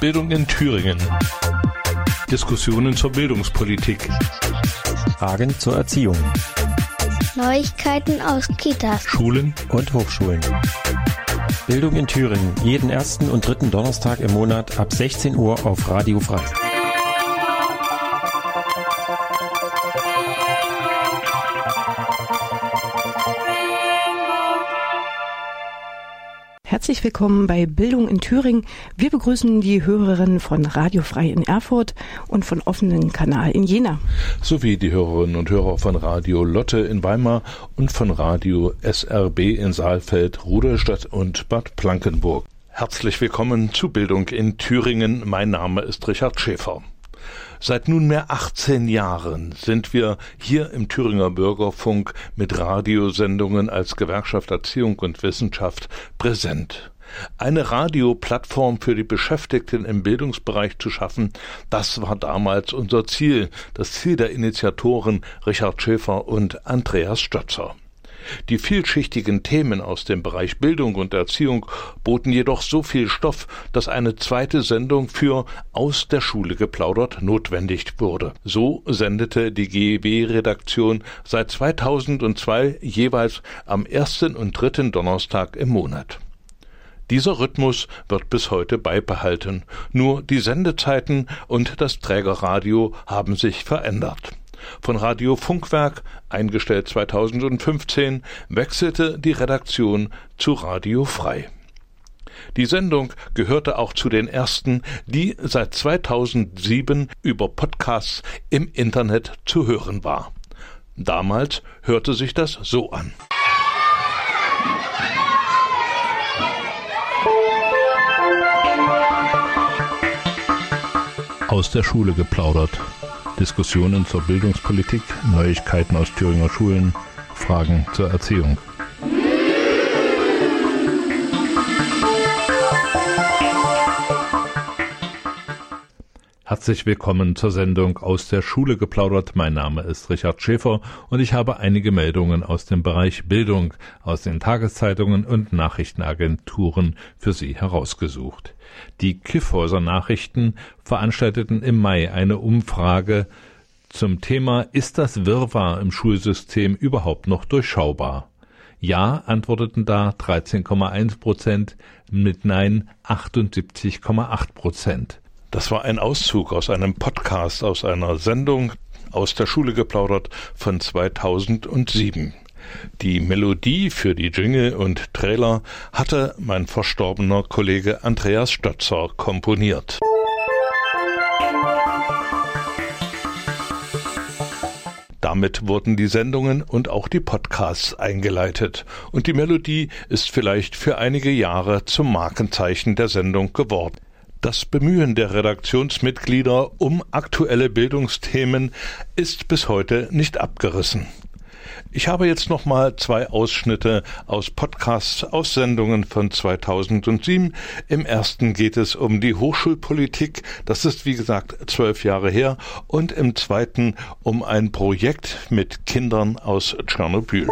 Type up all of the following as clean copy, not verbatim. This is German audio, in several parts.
Bildung in Thüringen. Diskussionen zur Bildungspolitik. Fragen zur Erziehung. Neuigkeiten aus Kitas, Schulen und Hochschulen. Bildung in Thüringen, jeden ersten und dritten Donnerstag im Monat ab 16 Uhr auf Radio Frei. Herzlich willkommen bei Bildung in Thüringen. Wir begrüßen die Hörerinnen von Radio Frei in Erfurt und von Offenen Kanal in Jena. Sowie die Hörerinnen und Hörer von Radio Lotte in Weimar und von Radio SRB in Saalfeld, Rudolstadt und Bad Blankenburg. Herzlich willkommen zu Bildung in Thüringen. Mein Name ist Richard Schäfer. Seit nunmehr 18 Jahren sind wir hier im Thüringer Bürgerfunk mit Radiosendungen als Gewerkschaft Erziehung und Wissenschaft präsent. Eine Radioplattform für die Beschäftigten im Bildungsbereich zu schaffen, das war damals unser Ziel, das Ziel der Initiatoren Richard Schäfer und Andreas Stötzer. Die vielschichtigen Themen aus dem Bereich Bildung und Erziehung boten jedoch so viel Stoff, dass eine zweite Sendung für Aus der Schule geplaudert notwendig wurde. So sendete die GEW-Redaktion seit 2002 jeweils am ersten und dritten Donnerstag im Monat. Dieser Rhythmus wird bis heute beibehalten, nur die Sendezeiten und das Trägerradio haben sich verändert. Von Radio Funkwerk, eingestellt 2015, wechselte die Redaktion zu Radio Frei. Die Sendung gehörte auch zu den ersten, die seit 2007 über Podcasts im Internet zu hören war. Damals hörte sich das so an. Aus der Schule geplaudert. Diskussionen zur Bildungspolitik, Neuigkeiten aus Thüringer Schulen, Fragen zur Erziehung. Herzlich willkommen zur Sendung Aus der Schule geplaudert. Mein Name ist Richard Schäfer und ich habe einige Meldungen aus dem Bereich Bildung, aus den Tageszeitungen und Nachrichtenagenturen für Sie herausgesucht. Die Kyffhäuser Nachrichten veranstalteten im Mai eine Umfrage zum Thema: Ist das Wirrwarr im Schulsystem überhaupt noch durchschaubar? Ja antworteten da 13,1%, mit Nein 78,8%. Das war ein Auszug aus einem Podcast, aus einer Sendung Aus der Schule geplaudert von 2007. Die Melodie für die Jingle und Trailer hatte mein verstorbener Kollege Andreas Stötzer komponiert. Damit wurden die Sendungen und auch die Podcasts eingeleitet und die Melodie ist vielleicht für einige Jahre zum Markenzeichen der Sendung geworden. Das Bemühen der Redaktionsmitglieder um aktuelle Bildungsthemen ist bis heute nicht abgerissen. Ich habe jetzt nochmal 2 Ausschnitte aus Podcasts, aus Sendungen von 2007. Im ersten geht es um die Hochschulpolitik, das ist wie gesagt 12 Jahre her, und im zweiten um ein Projekt mit Kindern aus Tschernobyl.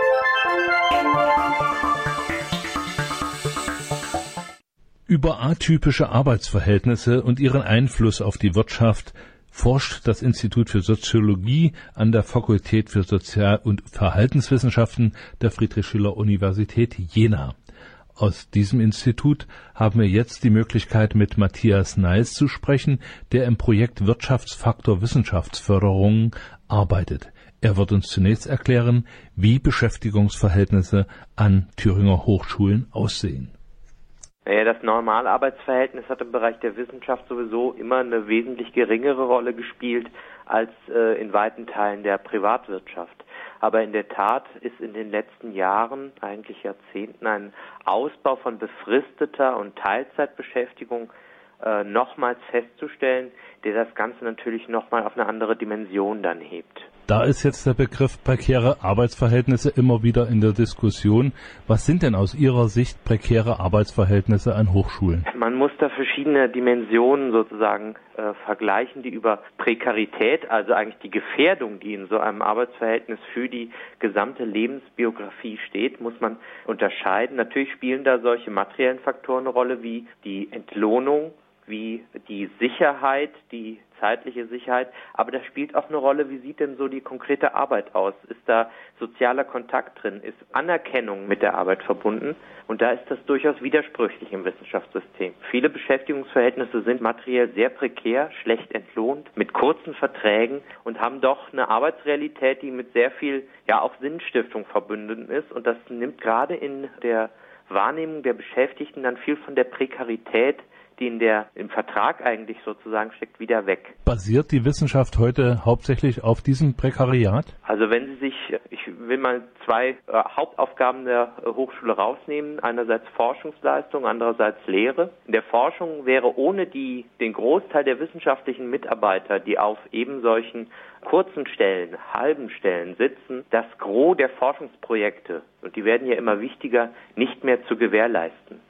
Über atypische Arbeitsverhältnisse und ihren Einfluss auf die Wirtschaft forscht das Institut für Soziologie an der Fakultät für Sozial- und Verhaltenswissenschaften der Friedrich-Schiller-Universität Jena. Aus diesem Institut haben wir jetzt die Möglichkeit, mit Matthias Neis zu sprechen, der im Projekt Wirtschaftsfaktor Wissenschaftsförderung arbeitet. Er wird uns zunächst erklären, wie Beschäftigungsverhältnisse an Thüringer Hochschulen aussehen. Das normale Arbeitsverhältnis hat im Bereich der Wissenschaft sowieso immer eine wesentlich geringere Rolle gespielt als in weiten Teilen der Privatwirtschaft. Aber in der Tat ist in den letzten Jahren, eigentlich Jahrzehnten, ein Ausbau von befristeter und Teilzeitbeschäftigung nochmals festzustellen, der das Ganze natürlich nochmal auf eine andere Dimension dann hebt. Da ist jetzt der Begriff prekäre Arbeitsverhältnisse immer wieder in der Diskussion. Was sind denn aus Ihrer Sicht prekäre Arbeitsverhältnisse an Hochschulen? Man muss da verschiedene Dimensionen sozusagen vergleichen, die über Prekarität, also eigentlich die Gefährdung, die in so einem Arbeitsverhältnis für die gesamte Lebensbiografie steht, muss man unterscheiden. Natürlich spielen da solche materiellen Faktoren eine Rolle wie die Entlohnung, wie die Sicherheit, die zeitliche Sicherheit, aber da spielt auch eine Rolle, wie sieht denn so die konkrete Arbeit aus? Ist da sozialer Kontakt drin? Ist Anerkennung mit der Arbeit verbunden? Und da ist das durchaus widersprüchlich im Wissenschaftssystem. Viele Beschäftigungsverhältnisse sind materiell sehr prekär, schlecht entlohnt, mit kurzen Verträgen und haben doch eine Arbeitsrealität, die mit sehr viel, auch Sinnstiftung verbunden ist. Und das nimmt gerade in der Wahrnehmung der Beschäftigten dann viel von der Prekarität, die im Vertrag eigentlich sozusagen steckt, wieder weg. Basiert die Wissenschaft heute hauptsächlich auf diesem Prekariat? Also wenn Sie sich, ich will mal zwei Hauptaufgaben der Hochschule rausnehmen, einerseits Forschungsleistung, andererseits Lehre. In der Forschung wäre ohne den Großteil der wissenschaftlichen Mitarbeiter, die auf eben solchen kurzen Stellen, halben Stellen sitzen, das Gros der Forschungsprojekte, und die werden ja immer wichtiger, nicht mehr zu gewährleisten.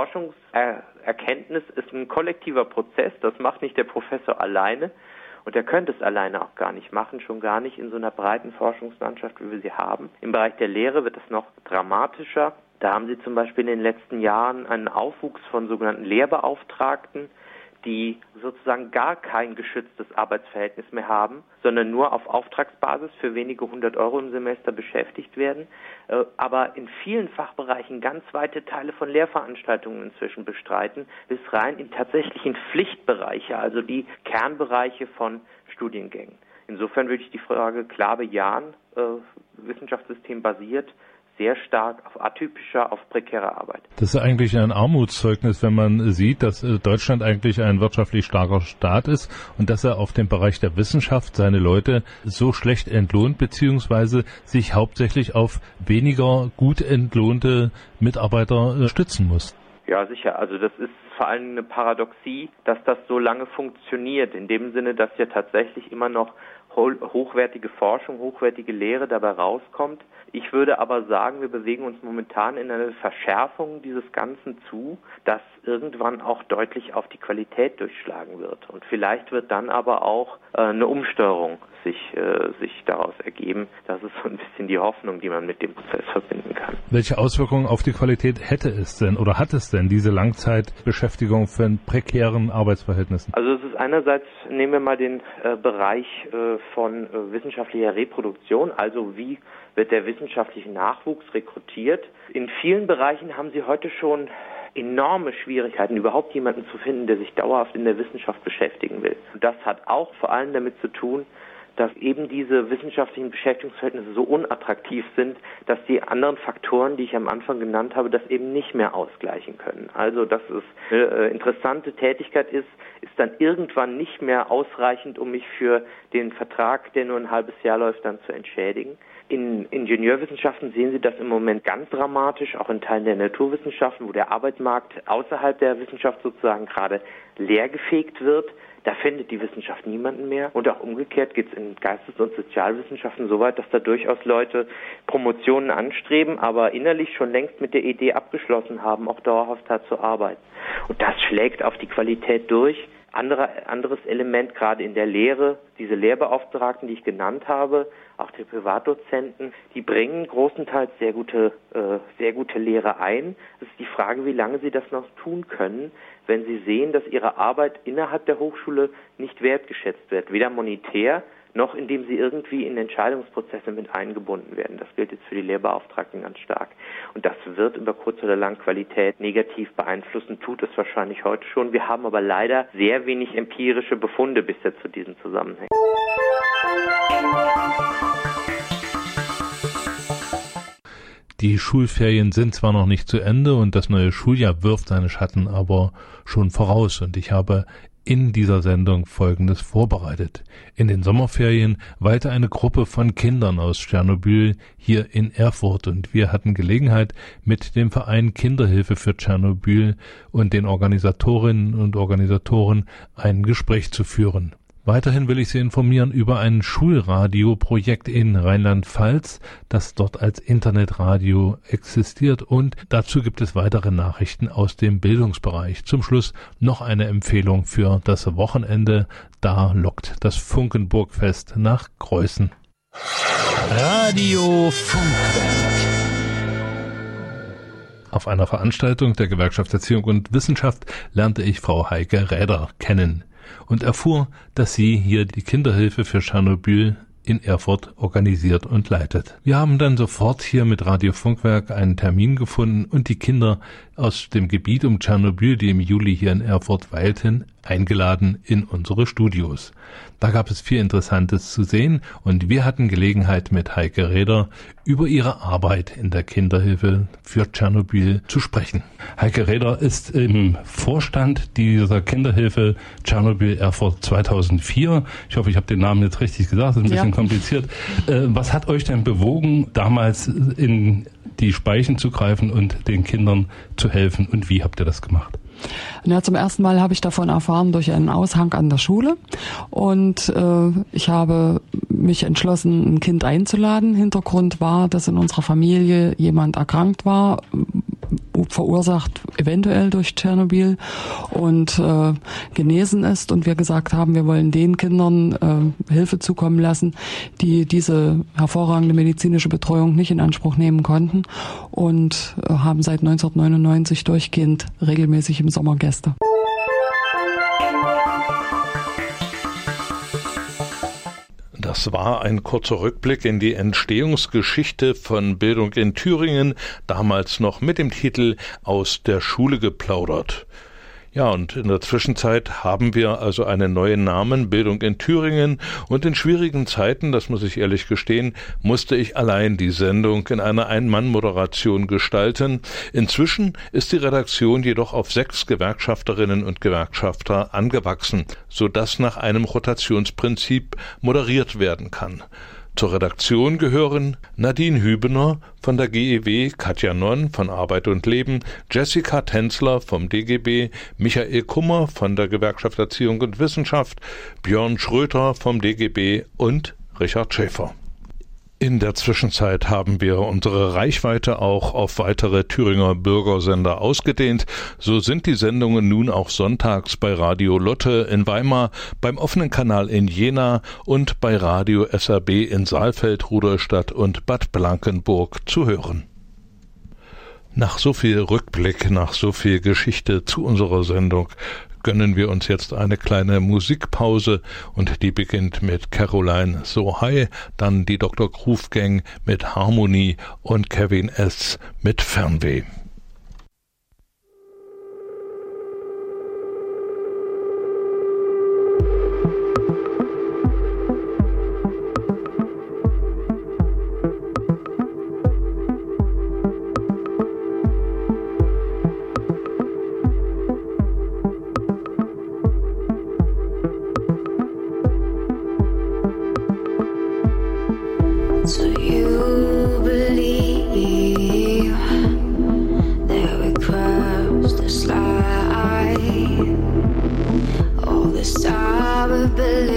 Forschungserkenntnis ist ein kollektiver Prozess, das macht nicht der Professor alleine und er könnte es alleine auch gar nicht machen, schon gar nicht in so einer breiten Forschungslandschaft, wie wir sie haben. Im Bereich der Lehre wird es noch dramatischer. Da haben Sie zum Beispiel in den letzten Jahren einen Aufwuchs von sogenannten Lehrbeauftragten, die sozusagen gar kein geschütztes Arbeitsverhältnis mehr haben, sondern nur auf Auftragsbasis für wenige 100 Euro im Semester beschäftigt werden, aber in vielen Fachbereichen ganz weite Teile von Lehrveranstaltungen inzwischen bestreiten, bis rein in tatsächlichen Pflichtbereiche, also die Kernbereiche von Studiengängen. Insofern würde ich die Frage klar bejahen, Wissenschaftssystem basiert sehr stark auf atypischer, auf prekärer Arbeit. Das ist eigentlich ein Armutszeugnis, wenn man sieht, dass Deutschland eigentlich ein wirtschaftlich starker Staat ist und dass er auf dem Bereich der Wissenschaft seine Leute so schlecht entlohnt, beziehungsweise sich hauptsächlich auf weniger gut entlohnte Mitarbeiter stützen muss. Ja, sicher. Also das ist vor allem eine Paradoxie, dass das so lange funktioniert, in dem Sinne, dass ja tatsächlich immer noch hochwertige Forschung, hochwertige Lehre dabei rauskommt. Ich würde aber sagen, wir bewegen uns momentan in eine Verschärfung dieses Ganzen zu, das irgendwann auch deutlich auf die Qualität durchschlagen wird. Und vielleicht wird dann aber auch eine Umsteuerung sich daraus ergeben. Das ist so ein bisschen die Hoffnung, die man mit dem Prozess verbinden kann. Welche Auswirkungen auf die Qualität hätte es denn oder hat es denn diese Langzeitbeschäftigung von prekären Arbeitsverhältnissen? Also es ist einerseits, nehmen wir mal den Bereich von wissenschaftlicher Reproduktion, also wie wird der wissenschaftliche Nachwuchs rekrutiert. In vielen Bereichen haben Sie heute schon enorme Schwierigkeiten, überhaupt jemanden zu finden, der sich dauerhaft in der Wissenschaft beschäftigen will. Und das hat auch vor allem damit zu tun, dass eben diese wissenschaftlichen Beschäftigungsverhältnisse so unattraktiv sind, dass die anderen Faktoren, die ich am Anfang genannt habe, das eben nicht mehr ausgleichen können. Also, dass es eine interessante Tätigkeit ist dann irgendwann nicht mehr ausreichend, um mich für den Vertrag, der nur ein halbes Jahr läuft, dann zu entschädigen. In Ingenieurwissenschaften sehen Sie das im Moment ganz dramatisch, auch in Teilen der Naturwissenschaften, wo der Arbeitsmarkt außerhalb der Wissenschaft sozusagen gerade leergefegt wird. Da findet die Wissenschaft niemanden mehr. Und auch umgekehrt geht es in Geistes- und Sozialwissenschaften so weit, dass da durchaus Leute Promotionen anstreben, aber innerlich schon längst mit der Idee abgeschlossen haben, auch dauerhaft da zu arbeiten. Und das schlägt auf die Qualität durch. Anderes Element gerade in der Lehre, diese Lehrbeauftragten, die ich genannt habe, auch die Privatdozenten, die bringen großenteils sehr gute Lehre ein. Es ist die Frage, wie lange sie das noch tun können, wenn sie sehen, dass ihre Arbeit innerhalb der Hochschule nicht wertgeschätzt wird, weder monetär noch indem sie irgendwie in Entscheidungsprozesse mit eingebunden werden. Das gilt jetzt für die Lehrbeauftragten ganz stark. Und das wird über kurz oder lang Qualität negativ beeinflussen, tut es wahrscheinlich heute schon. Wir haben aber leider sehr wenig empirische Befunde bisher zu diesem Zusammenhang. Die Schulferien sind zwar noch nicht zu Ende und das neue Schuljahr wirft seine Schatten aber schon voraus und ich habe in dieser Sendung Folgendes vorbereitet. In den Sommerferien weilte eine Gruppe von Kindern aus Tschernobyl hier in Erfurt und wir hatten Gelegenheit, mit dem Verein Kinderhilfe für Tschernobyl und den Organisatorinnen und Organisatoren ein Gespräch zu führen. Weiterhin will ich Sie informieren über ein Schulradioprojekt in Rheinland-Pfalz, das dort als Internetradio existiert und dazu gibt es weitere Nachrichten aus dem Bildungsbereich. Zum Schluss noch eine Empfehlung für das Wochenende. Da lockt das Funkenburgfest nach Greußen. Radio Funkwerk. Auf einer Veranstaltung der Gewerkschaft Erziehung und Wissenschaft lernte ich Frau Heike Räder kennen und erfuhr, dass sie hier die Kinderhilfe für Tschernobyl in Erfurt organisiert und leitet. Wir haben dann sofort hier mit Radio Funkwerk einen Termin gefunden und die Kinder aus dem Gebiet um Tschernobyl, die im Juli hier in Erfurt weilten, eingeladen in unsere Studios. Da gab es viel Interessantes zu sehen und wir hatten Gelegenheit, mit Heike Räder über ihre Arbeit in der Kinderhilfe für Tschernobyl zu sprechen. Heike Räder ist im Vorstand dieser Kinderhilfe Tschernobyl Erfurt 2004. Ich hoffe, ich habe den Namen jetzt richtig gesagt, das ist ein bisschen kompliziert. Was hat euch denn bewogen, damals in die Speichen zu greifen und den Kindern zu helfen und wie habt ihr das gemacht? Ja, zum ersten Mal habe ich davon erfahren durch einen Aushang an der Schule und ich habe mich entschlossen, ein Kind einzuladen. Hintergrund war, dass in unserer Familie jemand erkrankt war, verursacht eventuell durch Tschernobyl und genesen ist und wir gesagt haben, wir wollen den Kindern Hilfe zukommen lassen, die diese hervorragende medizinische Betreuung nicht in Anspruch nehmen konnten und haben seit 1999 durchgehend regelmäßig im Sommer Gäste. Das war ein kurzer Rückblick in die Entstehungsgeschichte von Bildung in Thüringen, damals noch mit dem Titel Aus der Schule geplaudert. Ja, und in der Zwischenzeit haben wir also einen neuen Namen, Bildung in Thüringen, und in schwierigen Zeiten, das muss ich ehrlich gestehen, musste ich allein die Sendung in einer Ein-Mann-Moderation gestalten. Inzwischen ist die Redaktion jedoch auf 6 Gewerkschafterinnen und Gewerkschafter angewachsen, sodass nach einem Rotationsprinzip moderiert werden kann. Zur Redaktion gehören Nadine Hübener von der GEW, Katja Nonn von Arbeit und Leben, Jessica Tänzler vom DGB, Michael Kummer von der Gewerkschaft Erziehung und Wissenschaft, Björn Schröter vom DGB und Richard Schäfer. In der Zwischenzeit haben wir unsere Reichweite auch auf weitere Thüringer Bürgersender ausgedehnt. So sind die Sendungen nun auch sonntags bei Radio Lotte in Weimar, beim offenen Kanal in Jena und bei Radio SRB in Saalfeld, Rudolstadt und Bad Blankenburg zu hören. Nach so viel Rückblick, nach so viel Geschichte zu unserer Sendung gönnen wir uns jetzt eine kleine Musikpause und die beginnt mit Caroline So High, dann die Dr. Groove Gang mit Harmonie und Kevin S. mit Fernweh. So you believe that we crossed this line? All this time of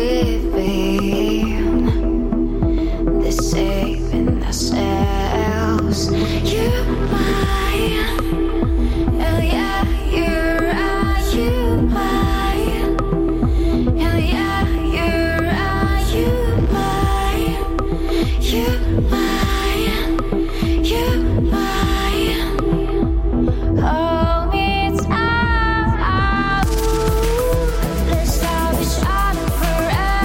believing, this saving ourselves. You mine, hell yeah, you're right, you mine, hell yeah, you're right, you mine. You mine, you mine. Hold me tight. Let's stop each other forever.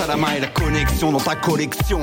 Salamai, la connexion dans ta collection.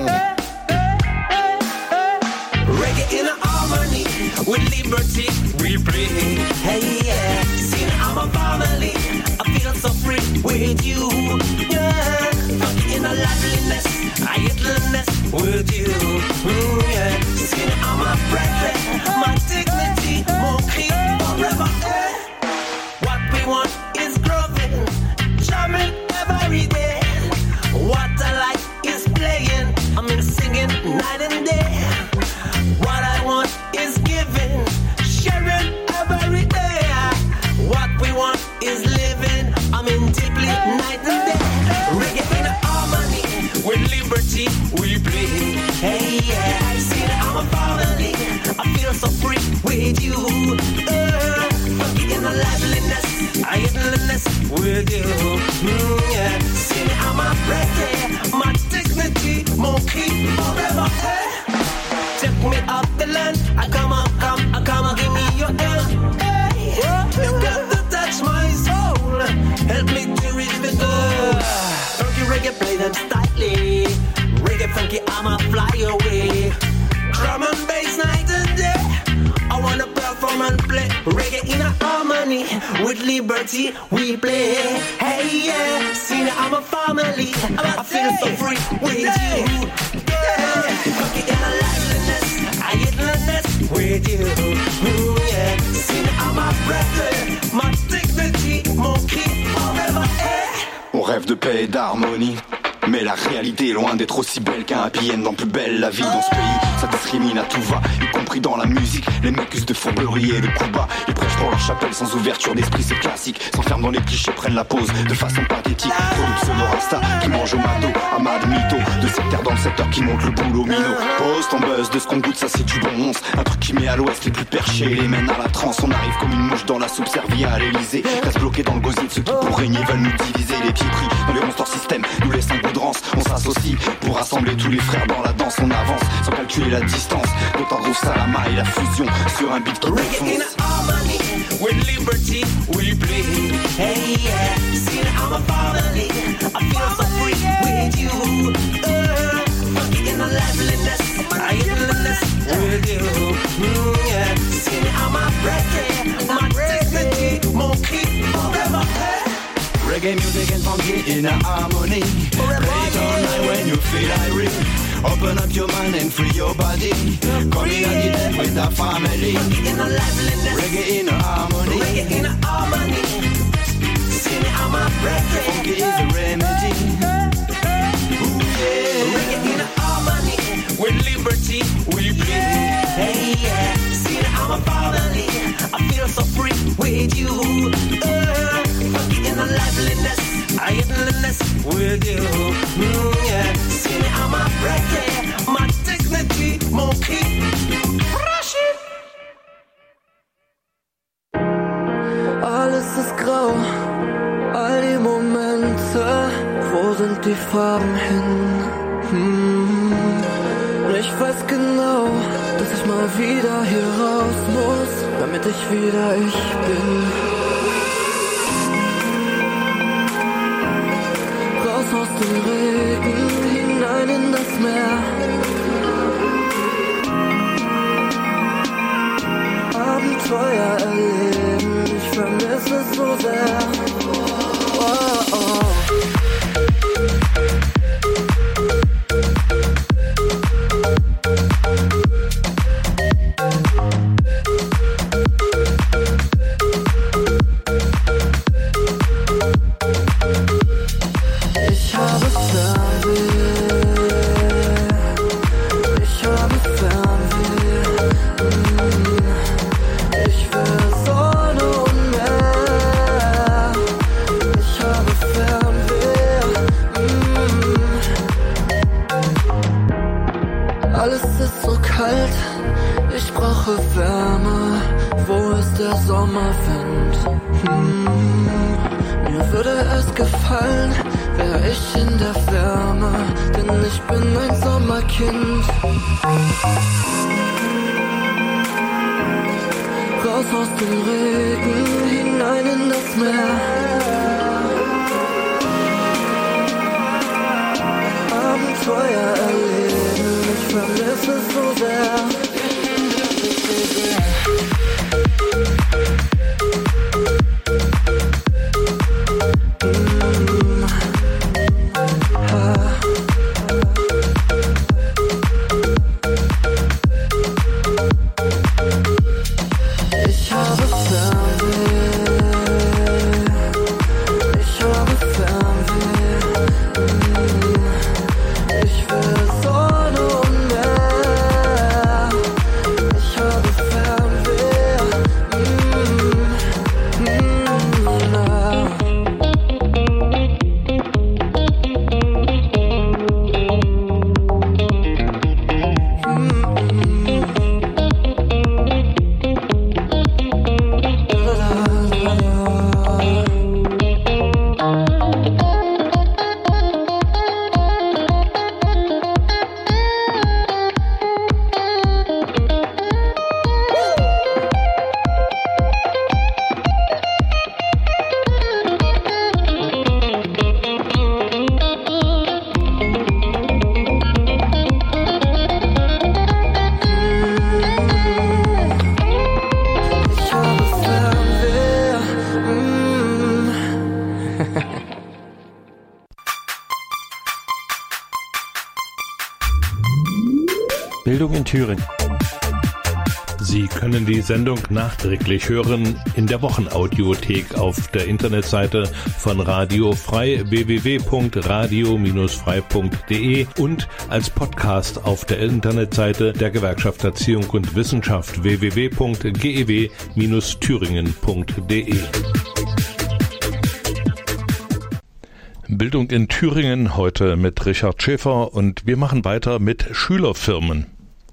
Reggae in harmony with liberty we play. Hey yeah, see I'm a family. I feel so free with you. Yeah, funky in a liveliness, I idleness with you. Yeah, see I'm a brethren, my dignity won't keep forever. What we want is growing, charming every day. What I like is playing, I mean singing night and day. What I want is giving, sharing every day. What we want is living, I mean deeply night and day. Reggae in harmony with liberty we play. Hey yeah, I see that I'm a family. I feel so free with you. Funky in the liveliness, I idleness with you. Yeah, see that I'm a birthday, my dignity won't keep forever. Take me up the land, I come and give me your hand. Hey, you got to touch my soul, help me to reach the goal. Funky reggae, play them tightly. Reggae funky, I'ma fly away. Drum and bass night and day, I wanna perform and play. Reggae in harmony with liberty we play. Hey yeah, see now I'm a family. I feel so free with you. Yeah, funky in a liveliness, I idleness with you. Yeah, see now I'm a brother, my dignity won't keep forever. On rêve de paix et d'harmonie, mais la réalité est loin d'être aussi belle qu'un happy end dans Plus belle la vie. Dans ce pays, ça discrimine à tout va, y compris dans la musique. Les mecs usent de fourberie et de coups bas. Ils prêchent dans leur chapelle sans ouverture d'esprit, c'est classique. S'enferment dans les clichés, prennent la pause de façon pathétique. Trop de pseudo-rasta qui mangent au mado, Ahmad Mito. De secteur dans le secteur qui monte le boulot minot. Pose ton buzz de ce qu'on goûte, ça c'est du bon once. Un truc qui met à l'ouest les plus perchés, les mène à la transe. On arrive comme une mouche dans la soupe servie à l'Elysée. Reste bloqué dans le gosier de ceux qui pour régner veulent nous diviser. Les pieds pris dans les monsters système nous laissent un goût de rance. On s'associe pour rassembler tous les frères dans la danse. On avance sans calculer la distance. D'autant gros Salama et la fusion sur un beat qui défonce. With liberty we play. Hey yeah, see I'm a family. I feel so free with you. Funky in the liveliness, I idleness with you. Yeah, see I'm a birthday, my dignity won't keep forever. Reggae music and funky in a harmony. Play it all night when you feel irate. Open up your mind and free your body. Come in and get with the family. Reggae in a harmony. Reggae in a harmony. See me, I'm a birthday. Funky is a remedy. Ooh, yeah. Reggae in a harmony. With liberty we play. Hey yeah. See me, I'm a family. I feel so free with you. Funky in the liveliness, I idleness with you. Yeah, see me, I'm a birthday, my dignity won't keep rushing. Alles ist grau, all die Momente, wo sind die Farben hin? Ich weiß genau, dass ich mal wieder hier raus muss, damit ich wieder ich bin. Aus dem Regen hinein in das Meer. Abenteuer erleben, ich vermisse es so sehr. Oh, oh. Mir würde es gefallen, wär ich in der Wärme, denn ich bin ein Sommerkind. Raus aus dem Regen, hinein in das Meer. Abenteuer erleben. Ich vermisse es so sehr. Bildung in Thüringen. Sie können die Sendung nachträglich hören in der Wochenaudiothek auf der Internetseite von Radio Frei www.radio-frei.de und als Podcast auf der Internetseite der Gewerkschaft Erziehung und Wissenschaft www.gew-thüringen.de. Bildung in Thüringen heute mit Richard Schäfer und wir machen weiter mit Schülerfirmen.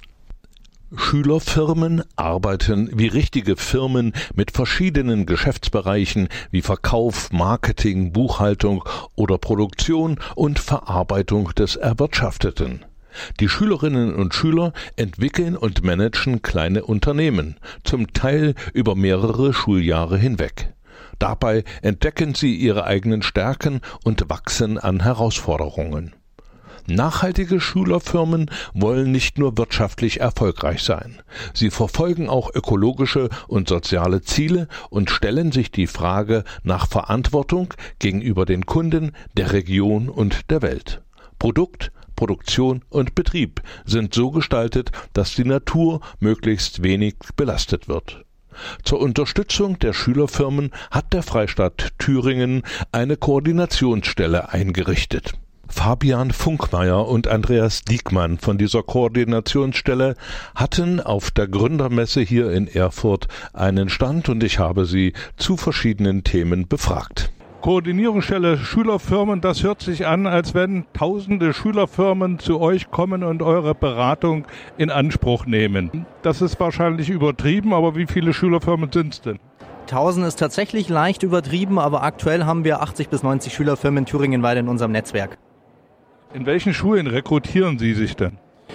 Schülerfirmen arbeiten wie richtige Firmen mit verschiedenen Geschäftsbereichen wie Verkauf, Marketing, Buchhaltung oder Produktion und Verarbeitung des Erwirtschafteten. Die Schülerinnen und Schüler entwickeln und managen kleine Unternehmen, zum Teil über mehrere Schuljahre hinweg. Dabei entdecken sie ihre eigenen Stärken und wachsen an Herausforderungen. Nachhaltige Schülerfirmen wollen nicht nur wirtschaftlich erfolgreich sein. Sie verfolgen auch ökologische und soziale Ziele und stellen sich die Frage nach Verantwortung gegenüber den Kunden, der Region und der Welt. Produkt, Produktion und Betrieb sind so gestaltet, dass die Natur möglichst wenig belastet wird. Zur Unterstützung der Schülerfirmen hat der Freistaat Thüringen eine Koordinationsstelle eingerichtet. Fabian Funkmeier und Andreas Diekmann von dieser Koordinationsstelle hatten auf der Gründermesse hier in Erfurt einen Stand und ich habe sie zu verschiedenen Themen befragt. Koordinierungsstelle Schülerfirmen, das hört sich an, als wenn tausende Schülerfirmen zu euch kommen und eure Beratung in Anspruch nehmen. Das ist wahrscheinlich übertrieben, aber wie viele Schülerfirmen sind es denn? 1000 ist tatsächlich leicht übertrieben, aber aktuell haben wir 80 bis 90 Schülerfirmen thüringenweit in unserem Netzwerk. In welchen Schulen rekrutieren Sie sich denn?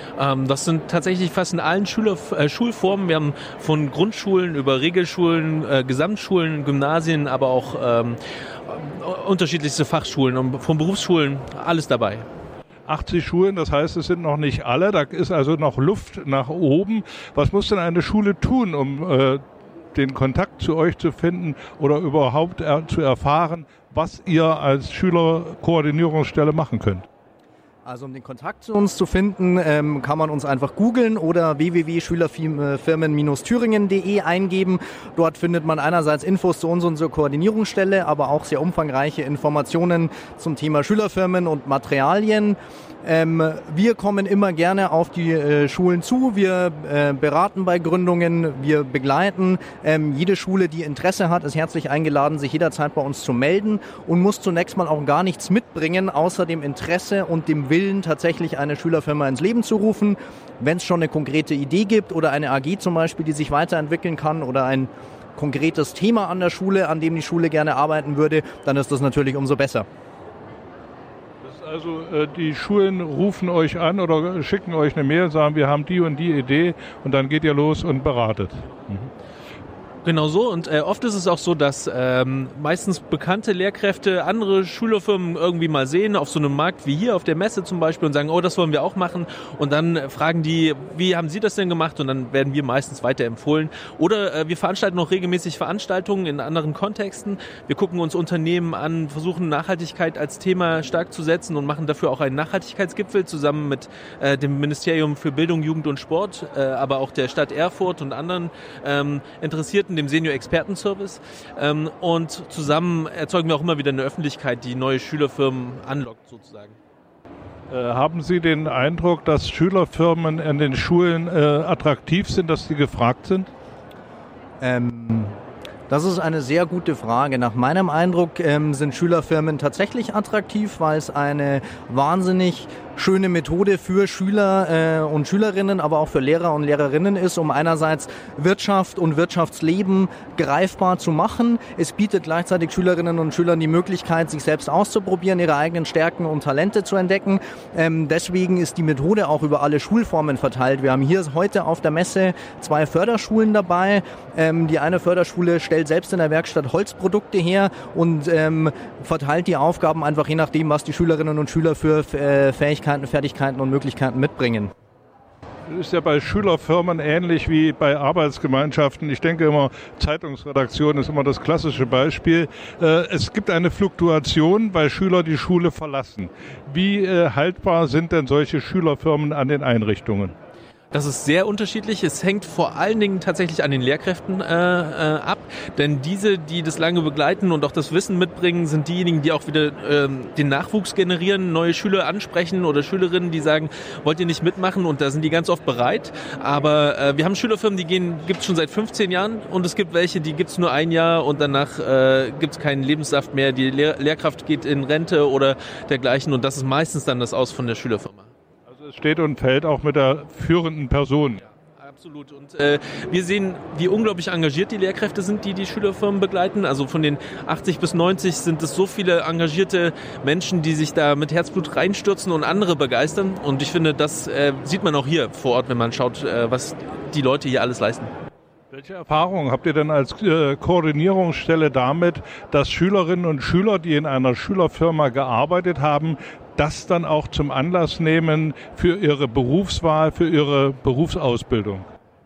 Das sind tatsächlich fast in allen Schulformen. Wir haben von Grundschulen über Regelschulen, Gesamtschulen, Gymnasien, aber auch unterschiedlichste Fachschulen und von Berufsschulen, alles dabei. 80 Schulen, das heißt, es sind noch nicht alle, da ist also noch Luft nach oben. Was muss denn eine Schule tun, um den Kontakt zu euch zu finden oder überhaupt zu erfahren, was ihr als Schülerkoordinierungsstelle machen könnt? Also um den Kontakt zu uns zu finden, kann man uns einfach googeln oder www.schülerfirmen-thüringen.de eingeben. Dort findet man einerseits Infos zu uns und zur Koordinierungsstelle, aber auch sehr umfangreiche Informationen zum Thema Schülerfirmen und Materialien. Wir kommen immer gerne auf die Schulen zu, wir beraten bei Gründungen, wir begleiten. Jede Schule, die Interesse hat, ist herzlich eingeladen, sich jederzeit bei uns zu melden und muss zunächst mal auch gar nichts mitbringen, außer dem Interesse und dem Willen, tatsächlich eine Schülerfirma ins Leben zu rufen. Wenn es schon eine konkrete Idee gibt oder eine AG zum Beispiel, die sich weiterentwickeln kann oder ein konkretes Thema an der Schule, an dem die Schule gerne arbeiten würde, dann ist das natürlich umso besser. Also die Schulen rufen euch an oder schicken euch eine Mail, sagen, wir haben die und die Idee und dann geht ihr los und beratet. Genau so, und oft ist es auch so, dass meistens bekannte Lehrkräfte andere Schülerfirmen irgendwie mal sehen, auf so einem Markt wie hier auf der Messe zum Beispiel, und sagen, oh, das wollen wir auch machen, und dann fragen die, wie haben Sie das denn gemacht, und dann werden wir meistens weiterempfohlen. Oder wir veranstalten auch regelmäßig Veranstaltungen in anderen Kontexten. Wir gucken uns Unternehmen an, versuchen Nachhaltigkeit als Thema stark zu setzen und machen dafür auch einen Nachhaltigkeitsgipfel zusammen mit dem Ministerium für Bildung, Jugend und Sport, aber auch der Stadt Erfurt und anderen Interessierten, dem Senior-Experten-Service, und zusammen erzeugen wir auch immer wieder eine Öffentlichkeit, die neue Schülerfirmen anlockt sozusagen. Haben Sie den Eindruck, dass Schülerfirmen an den Schulen attraktiv sind, dass sie gefragt sind? Das ist eine sehr gute Frage. Nach meinem Eindruck sind Schülerfirmen tatsächlich attraktiv, weil es eine wahnsinnig schöne Methode für Schüler und Schülerinnen, aber auch für Lehrer und Lehrerinnen ist, um einerseits Wirtschaft und Wirtschaftsleben greifbar zu machen. Es bietet gleichzeitig Schülerinnen und Schülern die Möglichkeit, sich selbst auszuprobieren, ihre eigenen Stärken und Talente zu entdecken. Deswegen ist die Methode auch über alle Schulformen verteilt. Wir haben hier heute auf der Messe 2 Förderschulen dabei. Die eine Förderschule stellt selbst in der Werkstatt Holzprodukte her und verteilt die Aufgaben einfach je nachdem, was die Schülerinnen und Schüler für Fähigkeiten, Fertigkeiten und Möglichkeiten mitbringen. Das ist ja bei Schülerfirmen ähnlich wie bei Arbeitsgemeinschaften. Ich denke immer, Zeitungsredaktion ist immer das klassische Beispiel. Es gibt eine Fluktuation, weil Schüler die Schule verlassen. Wie haltbar sind denn solche Schülerfirmen an den Einrichtungen? Das ist sehr unterschiedlich. Es hängt vor allen Dingen tatsächlich an den Lehrkräften ab, denn diese, die das lange begleiten und auch das Wissen mitbringen, sind diejenigen, die auch wieder den Nachwuchs generieren, neue Schüler ansprechen oder Schülerinnen, die sagen, wollt ihr nicht mitmachen, und da sind die ganz oft bereit. Aber wir haben Schülerfirmen, die gibt es schon seit 15 Jahren, und es gibt welche, die gibt es nur 1 Jahr und danach gibt es keinen Lebenssaft mehr. Die Lehrkraft geht in Rente oder dergleichen, und das ist meistens dann das Aus von der Schülerfirma. Es steht und fällt auch mit der führenden Person. Ja, absolut. Und wir sehen, wie unglaublich engagiert die Lehrkräfte sind, die Schülerfirmen begleiten. Also von den 80 bis 90 sind es so viele engagierte Menschen, die sich da mit Herzblut reinstürzen und andere begeistern. Und ich finde, das sieht man auch hier vor Ort, wenn man schaut, was die Leute hier alles leisten. Welche Erfahrungen habt ihr denn als Koordinierungsstelle damit, dass Schülerinnen und Schüler, die in einer Schülerfirma gearbeitet haben, das dann auch zum Anlass nehmen für ihre Berufswahl, für ihre Berufsausbildung?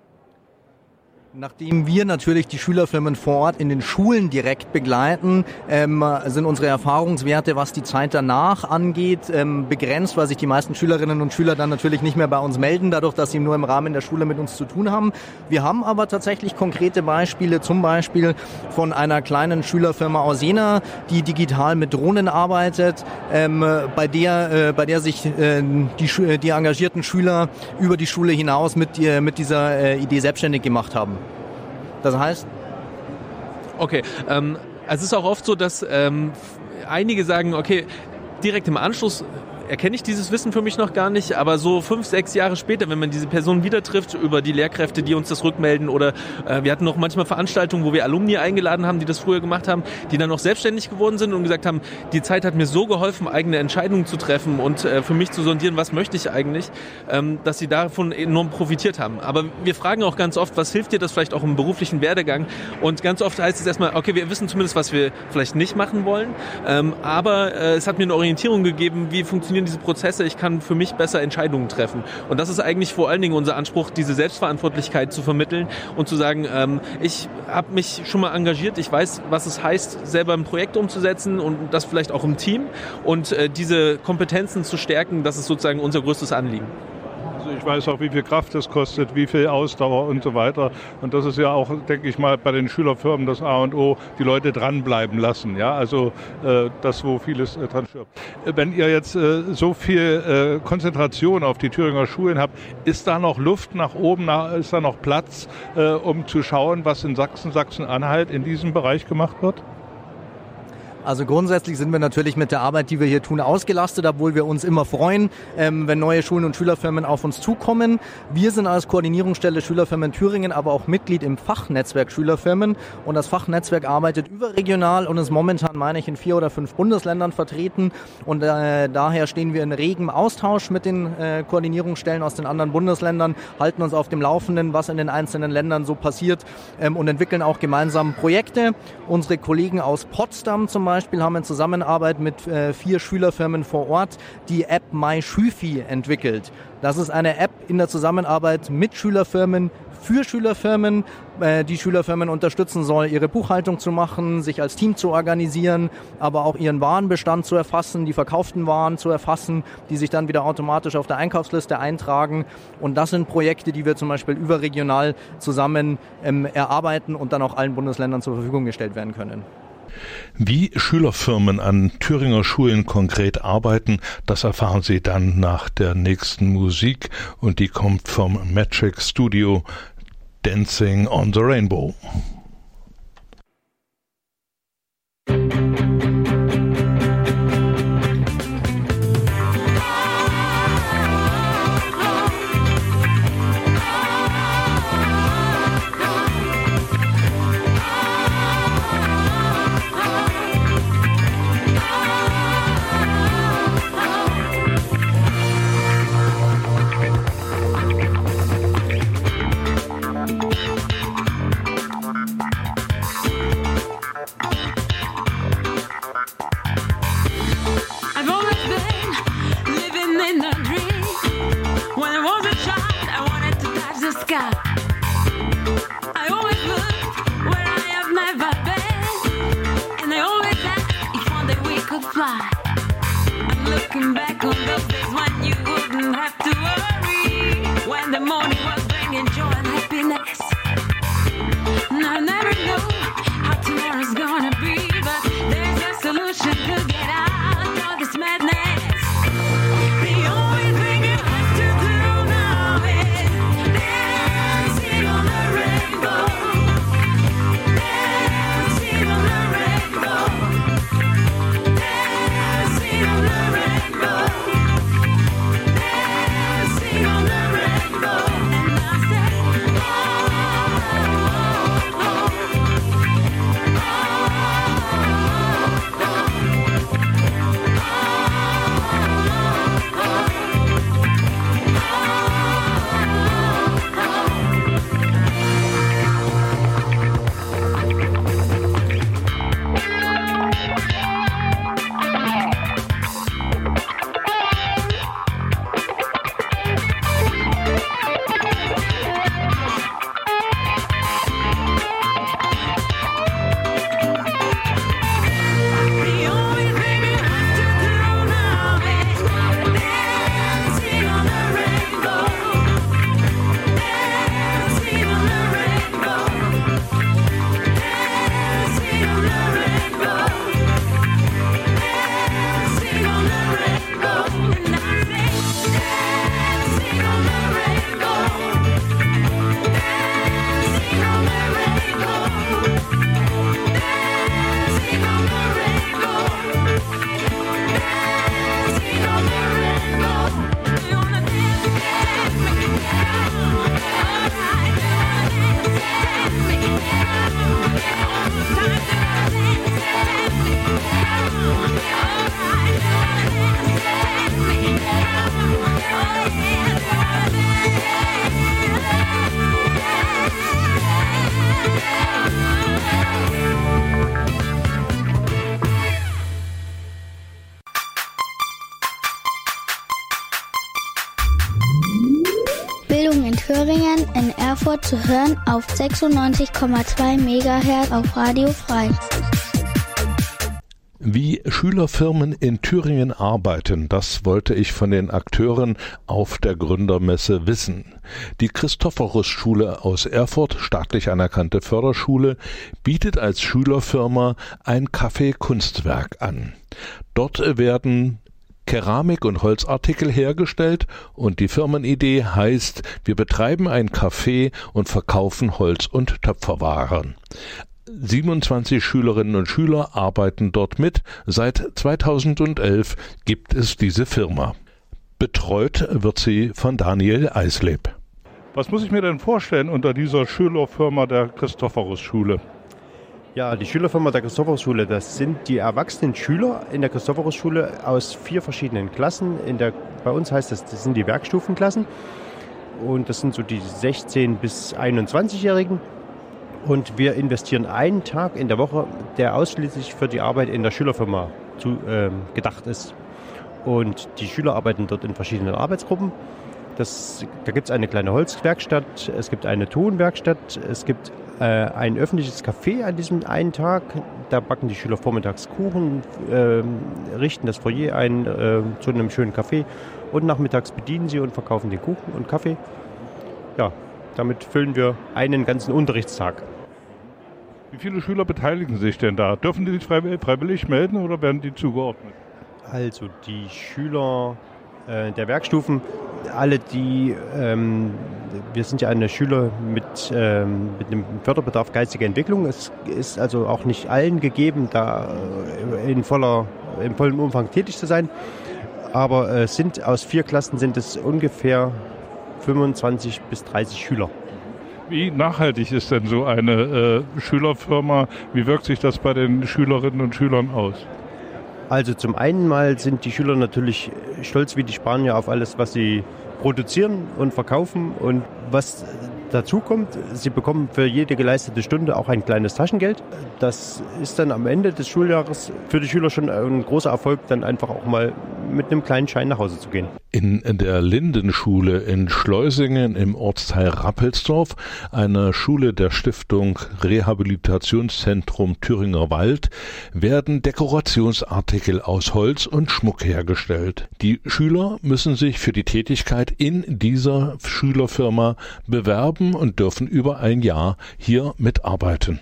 Nachdem wir natürlich die Schülerfirmen vor Ort in den Schulen direkt begleiten, sind unsere Erfahrungswerte, was die Zeit danach angeht, begrenzt, weil sich die meisten Schülerinnen und Schüler dann natürlich nicht mehr bei uns melden, dadurch, dass sie nur im Rahmen der Schule mit uns zu tun haben. Wir haben aber tatsächlich konkrete Beispiele, zum Beispiel von einer kleinen Schülerfirma aus Jena, die digital mit Drohnen arbeitet, bei der sich die engagierten Schüler über die Schule hinaus mit dieser Idee selbstständig gemacht haben. Das heißt? Okay, es ist auch oft so, dass einige sagen, okay, direkt im Anschluss erkenne ich dieses Wissen für mich noch gar nicht, aber so 5, 6 Jahre später, wenn man diese Person wieder trifft, über die Lehrkräfte, die uns das rückmelden, oder wir hatten noch manchmal Veranstaltungen, wo wir Alumni eingeladen haben, die das früher gemacht haben, die dann noch selbstständig geworden sind und gesagt haben, die Zeit hat mir so geholfen, eigene Entscheidungen zu treffen und für mich zu sondieren, was möchte ich eigentlich, dass sie davon enorm profitiert haben. Aber wir fragen auch ganz oft, was hilft dir das vielleicht auch im beruflichen Werdegang? Und ganz oft heißt es erstmal, okay, wir wissen zumindest, was wir vielleicht nicht machen wollen, aber es hat mir eine Orientierung gegeben, wie funktionieren diese Prozesse, ich kann für mich besser Entscheidungen treffen. Und das ist eigentlich vor allen Dingen unser Anspruch, diese Selbstverantwortlichkeit zu vermitteln und zu sagen, ich habe mich schon mal engagiert, ich weiß, was es heißt, selber ein Projekt umzusetzen und das vielleicht auch im Team, und diese Kompetenzen zu stärken, das ist sozusagen unser größtes Anliegen. Also ich weiß auch, wie viel Kraft es kostet, wie viel Ausdauer und so weiter. Und das ist ja auch, denke ich mal, bei den Schülerfirmen das A und O, die Leute dranbleiben lassen. Ja, also das, wo vieles dran stirbt. Wenn ihr jetzt so viel Konzentration auf die Thüringer Schulen habt, ist da noch Luft nach oben, ist da noch Platz, um zu schauen, was in Sachsen-Anhalt in diesem Bereich gemacht wird? Also grundsätzlich sind wir natürlich mit der Arbeit, die wir hier tun, ausgelastet, obwohl wir uns immer freuen, wenn neue Schulen und Schülerfirmen auf uns zukommen. Wir sind als Koordinierungsstelle Schülerfirmen Thüringen aber auch Mitglied im Fachnetzwerk Schülerfirmen und das Fachnetzwerk arbeitet überregional und ist momentan, meine ich, in 4 oder 5 Bundesländern vertreten und daher stehen wir in regem Austausch mit den Koordinierungsstellen aus den anderen Bundesländern, halten uns auf dem Laufenden, was in den einzelnen Ländern so passiert und entwickeln auch gemeinsam Projekte. Unsere Kollegen aus Potsdam zum Beispiel haben in Zusammenarbeit mit 4 Schülerfirmen vor Ort die App MySchüfi entwickelt. Das ist eine App in der Zusammenarbeit mit Schülerfirmen für Schülerfirmen, die Schülerfirmen unterstützen soll, ihre Buchhaltung zu machen, sich als Team zu organisieren, aber auch ihren Warenbestand zu erfassen, die verkauften Waren zu erfassen, die sich dann wieder automatisch auf der Einkaufsliste eintragen. Und das sind Projekte, die wir zum Beispiel überregional zusammen erarbeiten und dann auch allen Bundesländern zur Verfügung gestellt werden können. Wie Schülerfirmen an Thüringer Schulen konkret arbeiten, das erfahren Sie dann nach der nächsten Musik und die kommt vom Magic Studio, Dancing on the Rainbow. Thüringen in Erfurt zu hören auf 96,2 MHz auf Radio Frei. Wie Schülerfirmen in Thüringen arbeiten, das wollte ich von den Akteuren auf der Gründermesse wissen. Die Christophorus-Schule aus Erfurt, staatlich anerkannte Förderschule, bietet als Schülerfirma ein Café-Kunstwerk an. Dort werden Keramik- und Holzartikel hergestellt und die Firmenidee heißt, wir betreiben ein Café und verkaufen Holz- und Töpferwaren. 27 Schülerinnen und Schüler arbeiten dort mit. Seit 2011 gibt es diese Firma. Betreut wird sie von Daniel Eisleb. Was muss ich mir denn vorstellen unter dieser Schülerfirma der Christophorus-Schule? Ja, die Schülerfirma der Christophorus-Schule, das sind die erwachsenen Schüler in der Christophorus-Schule aus 4 verschiedenen Klassen. Bei uns heißt das sind die Werkstufenklassen. Und das sind so die 16- bis 21-Jährigen. Und wir investieren einen Tag in der Woche, der ausschließlich für die Arbeit in der Schülerfirma gedacht ist. Und die Schüler arbeiten dort in verschiedenen Arbeitsgruppen. Da gibt es eine kleine Holzwerkstatt, es gibt eine Tonwerkstatt, es gibt ein öffentliches Café an diesem einen Tag. Da backen die Schüler vormittags Kuchen, richten das Foyer ein zu einem schönen Café und nachmittags bedienen sie und verkaufen den Kuchen und Kaffee. Ja, damit füllen wir einen ganzen Unterrichtstag. Wie viele Schüler beteiligen sich denn da? Dürfen die sich freiwillig melden oder werden die zugeordnet? Also die Schüler der Werkstufen, alle wir sind ja eine Schule mit einem Förderbedarf geistige Entwicklung. Es ist also auch nicht allen gegeben, da im vollen Umfang tätig zu sein. Aber aus 4 Klassen sind es ungefähr 25 bis 30 Schüler. Wie nachhaltig ist denn so eine Schülerfirma? Wie wirkt sich das bei den Schülerinnen und Schülern aus? Also zum einen mal sind die Schüler natürlich stolz wie die Spanier auf alles, was sie produzieren und verkaufen. Und was dazu kommt, sie bekommen für jede geleistete Stunde auch ein kleines Taschengeld. Das ist dann am Ende des Schuljahres für die Schüler schon ein großer Erfolg, dann einfach auch mal mit einem kleinen Schein nach Hause zu gehen. In der Lindenschule in Schleusingen im Ortsteil Rappelsdorf, einer Schule der Stiftung Rehabilitationszentrum Thüringer Wald, werden Dekorationsartikel aus Holz und Schmuck hergestellt. Die Schüler müssen sich für die Tätigkeit in dieser Schülerfirma bewerben und dürfen über ein Jahr hier mitarbeiten.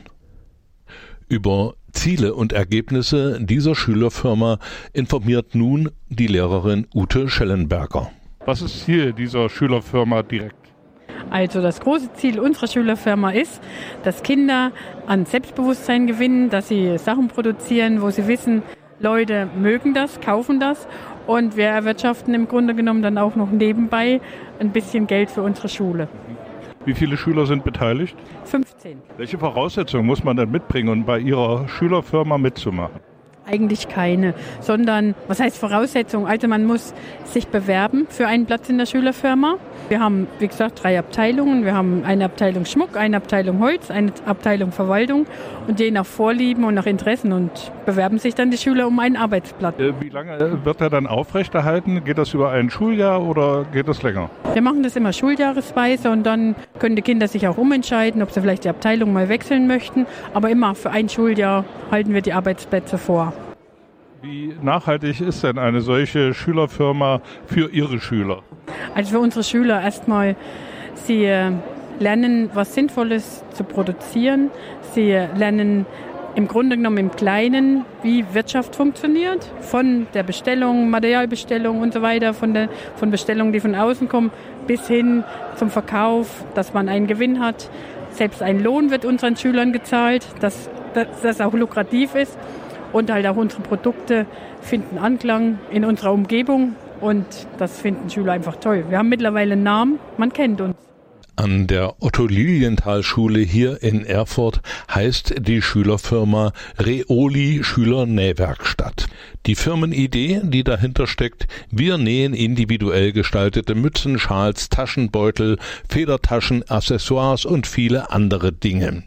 Über Ziele und Ergebnisse dieser Schülerfirma informiert nun die Lehrerin Ute Schellenberger. Was ist Ziel dieser Schülerfirma direkt? Also das große Ziel unserer Schülerfirma ist, dass Kinder an Selbstbewusstsein gewinnen, dass sie Sachen produzieren, wo sie wissen, Leute mögen das, kaufen das und wir erwirtschaften im Grunde genommen dann auch noch nebenbei ein bisschen Geld für unsere Schule. Wie viele Schüler sind beteiligt? 15. Welche Voraussetzungen muss man denn mitbringen, um bei Ihrer Schülerfirma mitzumachen? Eigentlich keine, sondern, was heißt Voraussetzung? Also man muss sich bewerben für einen Platz in der Schülerfirma. Wir haben, wie gesagt, 3 Abteilungen. Wir haben eine Abteilung Schmuck, eine Abteilung Holz, eine Abteilung Verwaltung und je nach Vorlieben und nach Interessen und bewerben sich dann die Schüler um einen Arbeitsplatz. Wie lange wird er dann aufrechterhalten? Geht das über ein Schuljahr oder geht das länger? Wir machen das immer schuljahresweise und dann können die Kinder sich auch umentscheiden, ob sie vielleicht die Abteilung mal wechseln möchten. Aber immer für ein Schuljahr halten wir die Arbeitsplätze vor. Wie nachhaltig ist denn eine solche Schülerfirma für Ihre Schüler? Also für unsere Schüler erstmal, sie lernen, was Sinnvolles zu produzieren. Sie lernen im Grunde genommen im Kleinen, wie Wirtschaft funktioniert. Von der Bestellung, Materialbestellung und so weiter, von Bestellungen, die von außen kommen, bis hin zum Verkauf, dass man einen Gewinn hat. Selbst ein Lohn wird unseren Schülern gezahlt, dass das auch lukrativ ist. Und halt auch unsere Produkte finden Anklang in unserer Umgebung und das finden Schüler einfach toll. Wir haben mittlerweile einen Namen, man kennt uns. An der Otto-Lilienthal-Schule hier in Erfurt heißt die Schülerfirma Reoli Schülernähwerkstatt. Die Firmenidee, die dahinter steckt: wir nähen individuell gestaltete Mützen, Schals, Taschenbeutel, Federtaschen, Accessoires und viele andere Dinge.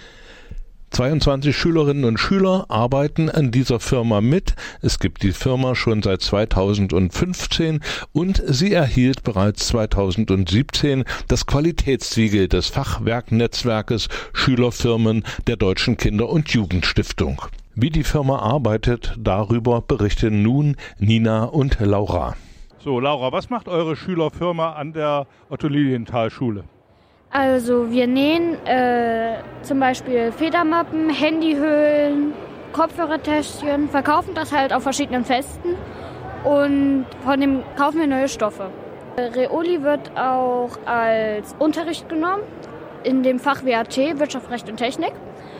22 Schülerinnen und Schüler arbeiten an dieser Firma mit. Es gibt die Firma schon seit 2015 und sie erhielt bereits 2017 das Qualitätssiegel des Fachwerknetzwerkes Schülerfirmen der Deutschen Kinder- und Jugendstiftung. Wie die Firma arbeitet, darüber berichten nun Nina und Laura. So, Laura, was macht eure Schülerfirma an der Otto-Lilienthal-Schule? Also wir nähen zum Beispiel Federmappen, Handyhüllen, Kopfhörertäschchen, verkaufen das halt auf verschiedenen Festen und von dem kaufen wir neue Stoffe. Reoli wird auch als Unterricht genommen in dem Fach WAT, Wirtschaft, Recht und Technik.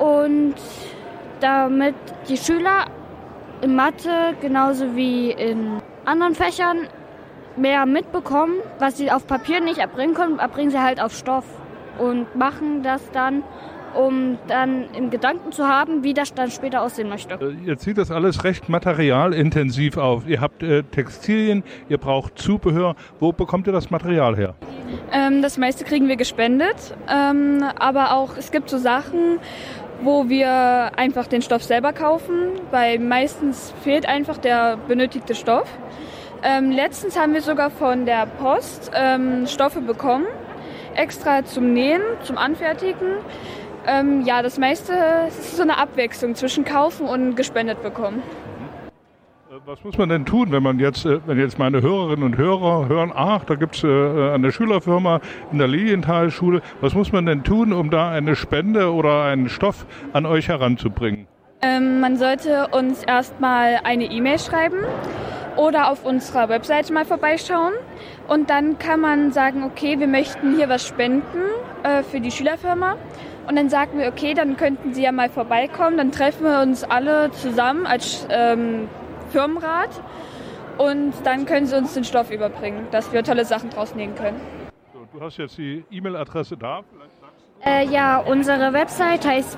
und damit die Schüler in Mathe genauso wie in anderen Fächern mehr mitbekommen, was sie auf Papier nicht erbringen können, erbringen sie halt auf Stoff und machen das dann, um dann im Gedanken zu haben, wie das dann später aussehen möchte. Jetzt sieht das alles recht materialintensiv auf. Ihr habt Textilien, ihr braucht Zubehör. Wo bekommt ihr das Material her? Das meiste kriegen wir gespendet, aber auch es gibt so Sachen, wo wir einfach den Stoff selber kaufen, weil meistens fehlt einfach der benötigte Stoff. Letztens haben wir sogar von der Post Stoffe bekommen, extra zum Nähen, zum Anfertigen. Ja, das meiste ist so eine Abwechslung zwischen kaufen und gespendet bekommen. Was muss man denn tun, wenn jetzt meine Hörerinnen und Hörer hören, da gibt es eine Schülerfirma in der Lilienthalschule. Was muss man denn tun, um da eine Spende oder einen Stoff an euch heranzubringen? Man sollte uns erstmal eine E-Mail schreiben oder auf unserer Webseite mal vorbeischauen. Und dann kann man sagen, okay, wir möchten hier was spenden für die Schülerfirma. Und dann sagen wir, okay, dann könnten Sie ja mal vorbeikommen. Dann treffen wir uns alle zusammen als Firmenrat und dann können Sie uns den Stoff überbringen, dass wir tolle Sachen draus nähen können. So, du hast jetzt die E-Mail-Adresse da? Ja, unsere Website heißt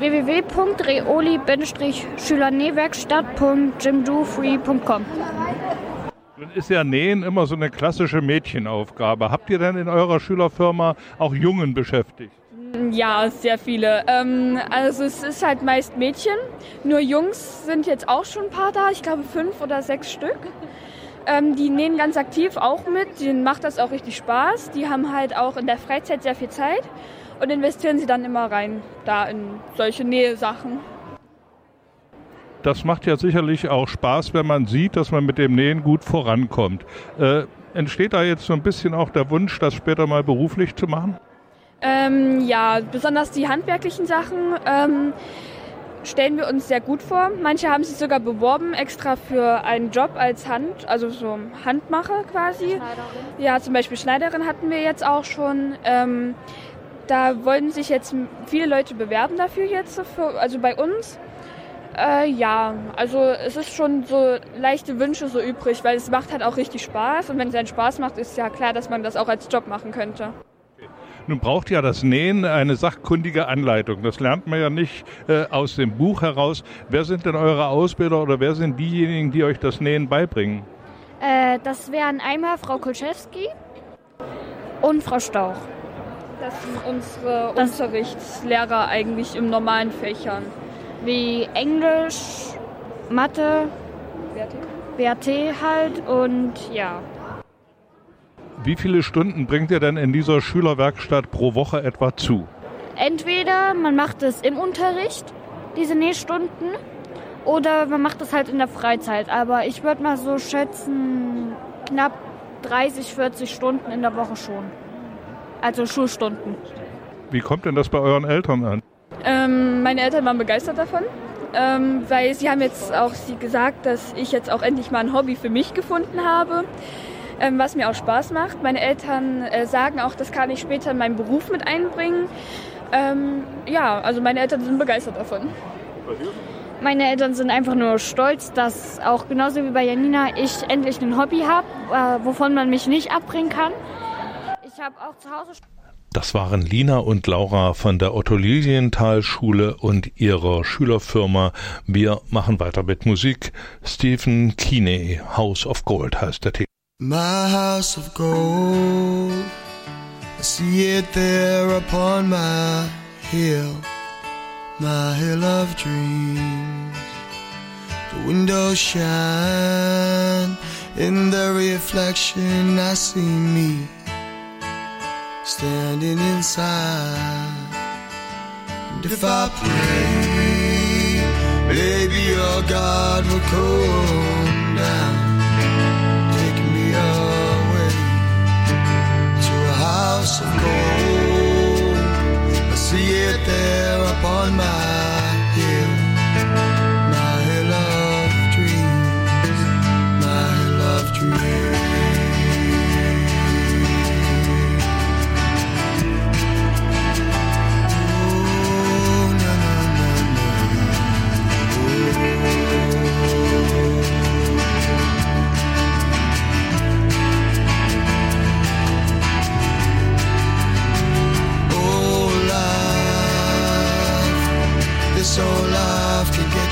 www.reoli-schülernähwerkstatt.jimdofree.com. Nun ist ja Nähen immer so eine klassische Mädchenaufgabe. Habt ihr denn in eurer Schülerfirma auch Jungen beschäftigt? Ja, sehr viele. Also es ist halt meist Mädchen. Nur Jungs sind jetzt auch schon ein paar da. Ich glaube 5 oder 6 Stück. Die nähen ganz aktiv auch mit. Denen macht das auch richtig Spaß. Die haben halt auch in der Freizeit sehr viel Zeit und investieren sie dann immer rein da in solche Nähsachen. Das macht ja sicherlich auch Spaß, wenn man sieht, dass man mit dem Nähen gut vorankommt. Entsteht da jetzt so ein bisschen auch der Wunsch, das später mal beruflich zu machen? Ja, besonders die handwerklichen Sachen stellen wir uns sehr gut vor. Manche haben sich sogar beworben, extra für einen Job als also so Handmacher quasi. Schneiderin. Ja, zum Beispiel Schneiderin hatten wir jetzt auch schon. Da wollten sich jetzt viele Leute bewerben dafür jetzt, also bei uns. Ja, also es ist schon so leichte Wünsche so übrig, weil es macht halt auch richtig Spaß. Und wenn es einen Spaß macht, ist ja klar, dass man das auch als Job machen könnte. Nun braucht ja das Nähen eine sachkundige Anleitung. Das lernt man ja nicht aus dem Buch heraus. Wer sind denn eure Ausbilder oder wer sind diejenigen, die euch das Nähen beibringen? Das wären einmal Frau Kulczewski und Frau Stauch. Das sind unsere Unterrichtslehrer eigentlich in normalen Fächern. Wie Englisch, Mathe, BRT halt und ja. Wie viele Stunden bringt ihr denn in dieser Schülerwerkstatt pro Woche etwa zu? Entweder man macht es im Unterricht, diese Nähstunden, oder man macht es halt in der Freizeit. Aber ich würde mal so schätzen, knapp 30, 40 Stunden in der Woche schon. Also Schulstunden. Wie kommt denn das bei euren Eltern an? Meine Eltern waren begeistert davon, weil sie haben jetzt auch gesagt, dass ich jetzt auch endlich mal ein Hobby für mich gefunden habe. Was mir auch Spaß macht. Meine Eltern sagen auch, das kann ich später in meinen Beruf mit einbringen. Ja, also meine Eltern sind begeistert davon. Meine Eltern sind einfach nur stolz, dass auch genauso wie bei Janina ich endlich ein Hobby habe, wovon man mich nicht abbringen kann. Ich habe auch zu Hause... Das waren Lina und Laura von der Otto-Lilienthal-Schule und ihrer Schülerfirma. Wir machen weiter mit Musik. Stephen Keeney, House of Gold heißt der Titel. My house of gold, I see it there upon my hill of dreams. The windows shine, in the reflection I see me standing inside. And if I pray, maybe your God will come down, house of gold, I see it there upon my hill of dreams, my hill of dreams. Oh, na na na na.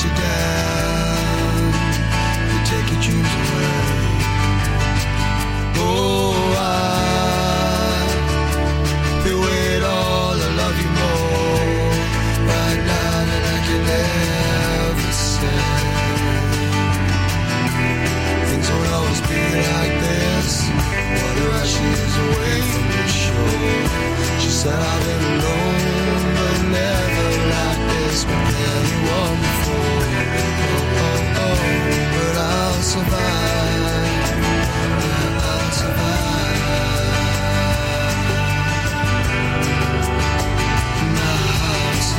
let you down, they take your dreams away. Oh, feel it all, I love you more right now than I can ever say. Things won't always be like this. Water rushes away from the shore. She said I've been alone, but never like this with anyone before. Oh, oh, oh, but I'll survive. Yeah, I'll survive. My heart's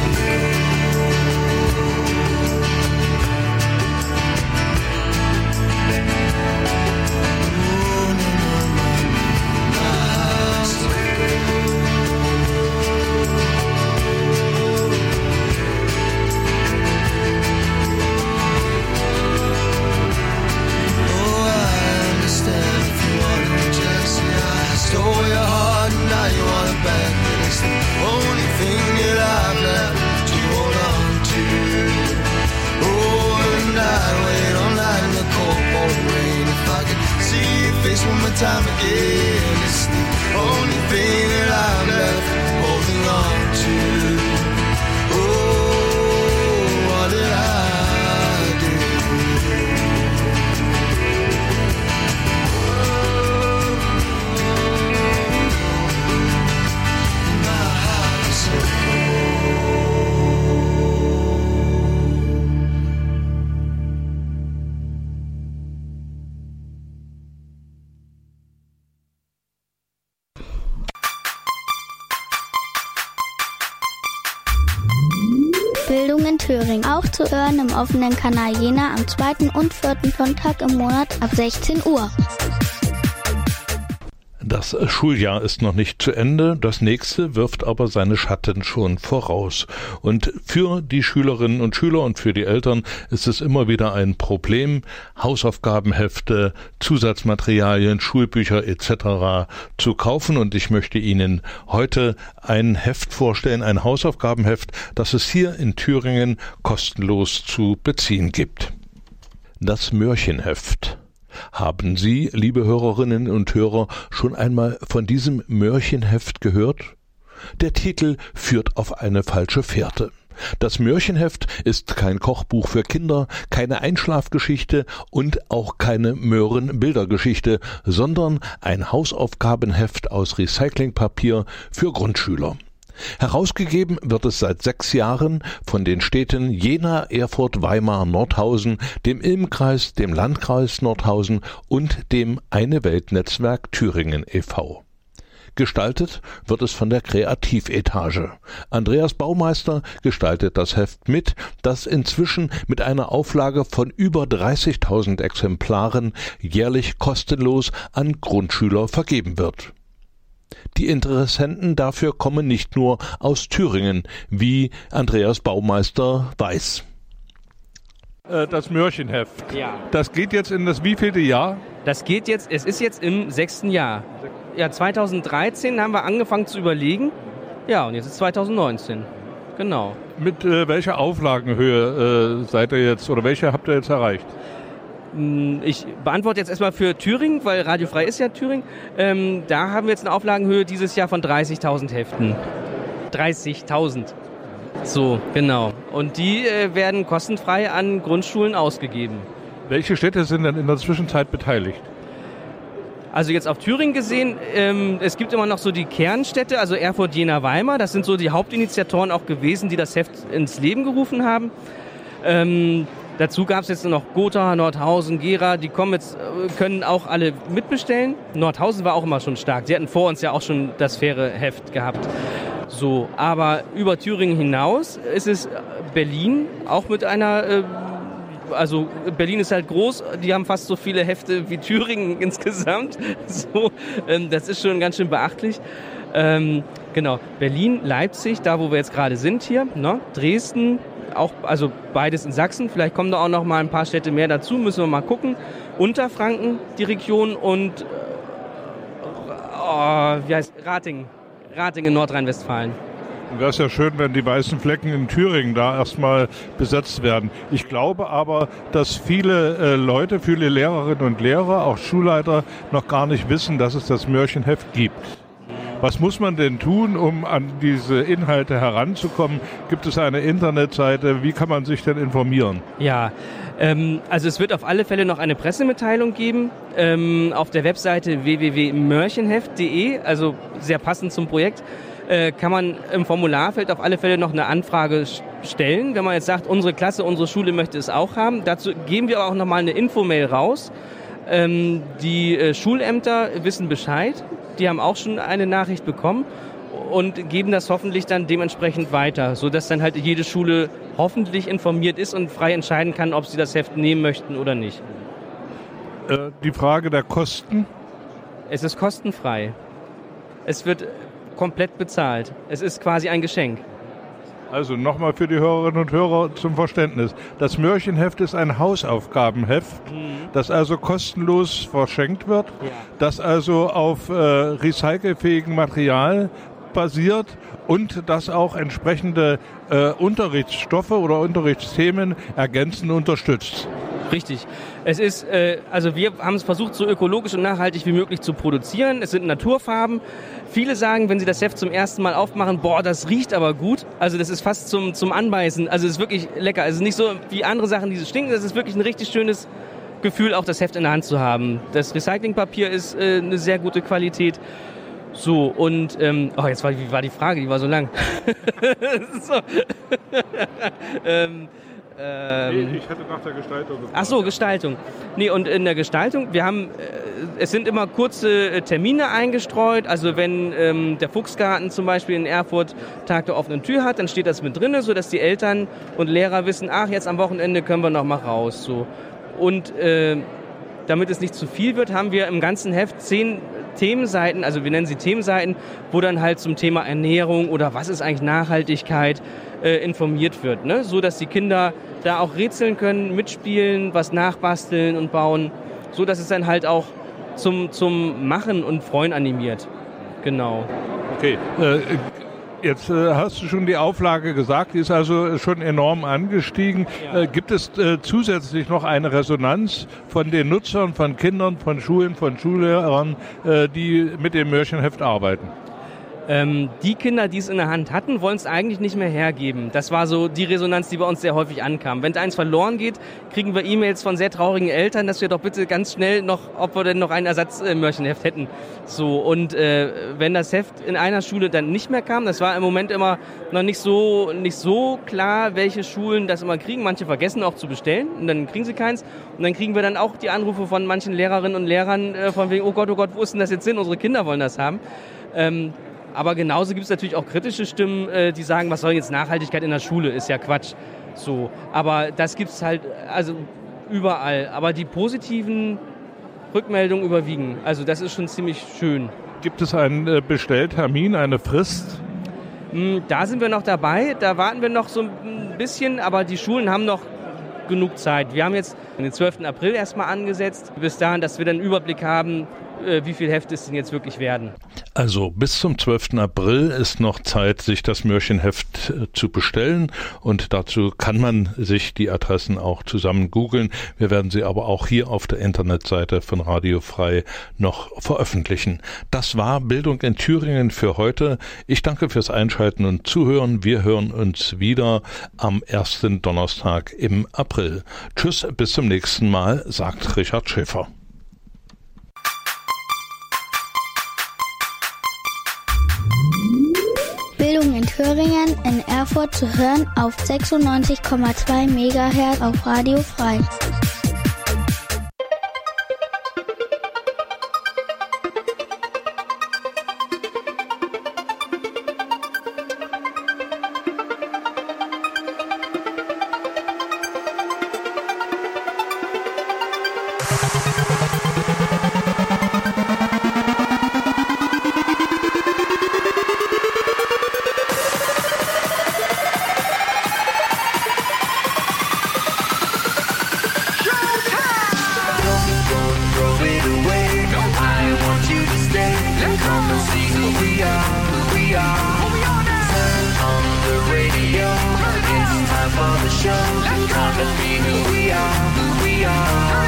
stole your heart and now you want it back. But it's the only thing that I've left to hold on to. Oh, and I'd wait all night in the cold pouring rain if I could see your face one more time again. It's the only thing that I'm left holding on to. Oh, what did I do? Bildung in Thüringen. Auch zu hören im offenen Kanal Jena am 2. und 4. Sonntag im Monat ab 16 Uhr. Das Schuljahr ist noch nicht zu Ende, das nächste wirft aber seine Schatten schon voraus. Und für die Schülerinnen und Schüler und für die Eltern ist es immer wieder ein Problem, Hausaufgabenhefte, Zusatzmaterialien, Schulbücher etc. zu kaufen. Und ich möchte Ihnen heute ein Heft vorstellen, ein Hausaufgabenheft, das es hier in Thüringen kostenlos zu beziehen gibt. Das Mörchenheft. Haben Sie, liebe Hörerinnen und Hörer, schon einmal von diesem Mörchenheft gehört? Der Titel führt auf eine falsche Fährte. Das Mörchenheft ist kein Kochbuch für Kinder, keine Einschlafgeschichte und auch keine Möhrenbildergeschichte, sondern ein Hausaufgabenheft aus Recyclingpapier für Grundschüler. Herausgegeben wird es seit 6 Jahren von den Städten Jena, Erfurt, Weimar, Nordhausen, dem Ilm-Kreis, dem Landkreis Nordhausen und dem Eine-Welt-Netzwerk Thüringen e.V. Gestaltet wird es von der Kreativetage. Andreas Baumeister gestaltet das Heft mit, das inzwischen mit einer Auflage von über 30.000 Exemplaren jährlich kostenlos an Grundschüler vergeben wird. Die Interessenten dafür kommen nicht nur aus Thüringen, wie Andreas Baumeister weiß. Das Mörchenheft. Ja. Das geht jetzt in das wievielte Jahr? Es ist jetzt im 6. Jahr. Ja, 2013 haben wir angefangen zu überlegen. Ja, und jetzt ist 2019. Genau. Mit welcher Auflagenhöhe seid ihr jetzt, oder welche habt ihr jetzt erreicht? Ich beantworte jetzt erstmal für Thüringen, weil Radio Frei ist ja Thüringen. Da haben wir jetzt eine Auflagenhöhe dieses Jahr von 30.000 Heften. 30.000. So, genau. Und die werden kostenfrei an Grundschulen ausgegeben. Welche Städte sind denn in der Zwischenzeit beteiligt? Also jetzt auf Thüringen gesehen, es gibt immer noch so die Kernstädte, also Erfurt, Jena, Weimar. Das sind so die Hauptinitiatoren auch gewesen, die das Heft ins Leben gerufen haben. Dazu gab es jetzt noch Gotha, Nordhausen, Gera, die können auch alle mitbestellen. Nordhausen war auch immer schon stark. Sie hatten vor uns ja auch schon das faire Heft gehabt. So, aber über Thüringen hinaus ist es Berlin, auch mit einer, also Berlin ist halt groß, die haben fast so viele Hefte wie Thüringen insgesamt. So, das ist schon ganz schön beachtlich. Genau, Berlin, Leipzig, da wo wir jetzt gerade sind hier, ne? Dresden, auch, also beides in Sachsen, vielleicht kommen da auch noch mal ein paar Städte mehr dazu, müssen wir mal gucken. Unterfranken, die Region, und wie heißt Ratingen in Nordrhein-Westfalen. Wäre es ja schön, wenn die weißen Flecken in Thüringen da erstmal besetzt werden. Ich glaube aber, dass viele Leute, viele Lehrerinnen und Lehrer, auch Schulleiter, noch gar nicht wissen, dass es das Märchenheft gibt. Was muss man denn tun, um an diese Inhalte heranzukommen? Gibt es eine Internetseite? Wie kann man sich denn informieren? Ja, also es wird auf alle Fälle noch eine Pressemitteilung geben auf der Webseite www.märchenheft.de, also sehr passend zum Projekt. Kann man im Formularfeld auf alle Fälle noch eine Anfrage stellen. Wenn man jetzt sagt, unsere Klasse, unsere Schule möchte es auch haben. Dazu geben wir auch nochmal eine Infomail raus. Die Schulämter wissen Bescheid. Die haben auch schon eine Nachricht bekommen und geben das hoffentlich dann dementsprechend weiter, sodass dann halt jede Schule hoffentlich informiert ist und frei entscheiden kann, ob sie das Heft nehmen möchten oder nicht. Die Frage der Kosten? Es ist kostenfrei. Es wird komplett bezahlt. Es ist quasi ein Geschenk. Also nochmal für die Hörerinnen und Hörer zum Verständnis. Das Märchenheft ist ein Hausaufgabenheft, das also kostenlos verschenkt wird, das also auf recycelfähigem Material basiert und das auch entsprechende Unterrichtsstoffe oder Unterrichtsthemen ergänzend unterstützt. Richtig. Es ist, also wir haben es versucht, so ökologisch und nachhaltig wie möglich zu produzieren. Es sind Naturfarben. Viele sagen, wenn sie das Heft zum ersten Mal aufmachen, boah, das riecht aber gut. Also das ist fast zum Anbeißen. Also es ist wirklich lecker. Es ist nicht so wie andere Sachen, die so stinken. Es ist wirklich ein richtig schönes Gefühl, auch das Heft in der Hand zu haben. Das Recyclingpapier ist eine sehr gute Qualität. So, und, jetzt wie war die Frage? Die war so lang. so. Nee, ich hatte nach der Gestaltung gefragt. Ach so, Gestaltung. Nee, und in der Gestaltung, wir haben, es sind immer kurze Termine eingestreut. Also wenn der Fuchsgarten zum Beispiel in Erfurt Tag der offenen Tür hat, dann steht das mit drin, sodass die Eltern und Lehrer wissen, ach, jetzt am Wochenende können wir noch mal raus. So. Und damit es nicht zu viel wird, haben wir im ganzen Heft 10 Themenseiten, also wir nennen sie Themenseiten, wo dann halt zum Thema Ernährung oder was ist eigentlich Nachhaltigkeit informiert wird, ne? So dass die Kinder da auch rätseln können, mitspielen, was nachbasteln und bauen, so dass es dann halt auch zum Machen und Freuen animiert. Genau. Okay. Jetzt hast du schon die Auflage gesagt, die ist also schon enorm angestiegen. Ja. Gibt es zusätzlich noch eine Resonanz von den Nutzern, von Kindern, von Schulen, von Schullehrern, die mit dem Märchenheft arbeiten? Die Kinder, die es in der Hand hatten, wollen es eigentlich nicht mehr hergeben. Das war so die Resonanz, die bei uns sehr häufig ankam. Wenn eins verloren geht, kriegen wir E-Mails von sehr traurigen Eltern, dass wir doch bitte ganz schnell noch, ob wir denn noch ein Ersatzmärchenheft hätten. So, und wenn das Heft in einer Schule dann nicht mehr kam, das war im Moment immer noch nicht so klar, welche Schulen das immer kriegen. Manche vergessen auch zu bestellen und dann kriegen sie keins. Und dann kriegen wir dann auch die Anrufe von manchen Lehrerinnen und Lehrern von wegen, oh Gott, wo ist denn das jetzt hin? Unsere Kinder wollen das haben. Aber genauso gibt es natürlich auch kritische Stimmen, die sagen, was soll jetzt Nachhaltigkeit in der Schule, ist ja Quatsch. So, aber das gibt's halt also überall. Aber die positiven Rückmeldungen überwiegen. Also das ist schon ziemlich schön. Gibt es einen Bestelltermin, eine Frist? Da sind wir noch dabei. Da warten wir noch so ein bisschen, aber die Schulen haben noch genug Zeit. Wir haben jetzt den 12. April erstmal angesetzt. Bis dahin, dass wir dann einen Überblick haben, wie viel Hefte es denn jetzt wirklich werden. Also bis zum 12. April ist noch Zeit, sich das Märchenheft zu bestellen und dazu kann man sich die Adressen auch zusammen googeln. Wir werden sie aber auch hier auf der Internetseite von Radio Frei noch veröffentlichen. Das war Bildung in Thüringen für heute. Ich danke fürs Einschalten und Zuhören. Wir hören uns wieder am ersten Donnerstag im April. Tschüss, bis zum nächsten Mal, sagt Richard Schäfer. Bildung in Thüringen in Erfurt zu hören auf 96,2 MHz auf Radio Frei. show. Time to be who we are, who we are.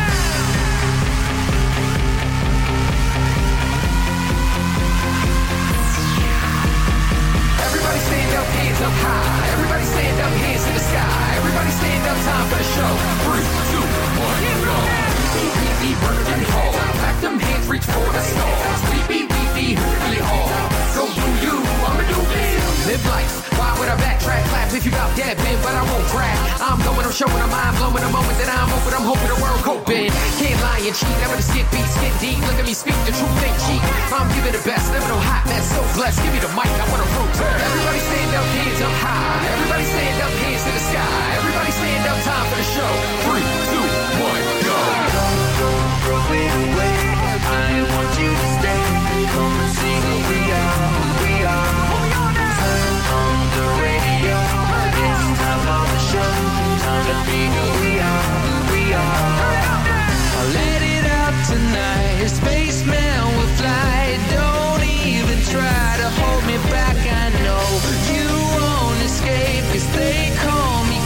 Everybody stand up, hands up high. Everybody stand up, hands to the sky. Everybody stand up, time for the show. 3, 2, 1, go. We working hard. Clap them hands, reach for the stars. We hard. Go do you, I'ma do this. Live life, why would I backtrack? Clap if you got dead, man, but I won't crack. I'm going, I'm showing, I'm mind blowing. The moment that I'm open, I'm hoping the world coping. Can't lie and cheat, never to skip beat, skin deep. Look at me speak, the truth ain't cheap. I'm giving the best, never no hot mess, so blessed. Give me the mic, I wanna protest. Everybody stand up, hands up high. Everybody stand up, hands to the sky. Everybody stand up, time for the show. 3, 2, 1, go. Don't throw it away. I want you to stay. Come and see who we are, who we are. Turn on the radio. It's time for the show. Time to be who we are, who we are. I'll let it out tonight. Spaceman will fly. Don't even try to hold me back. I know you won't escape. 'Cause they call me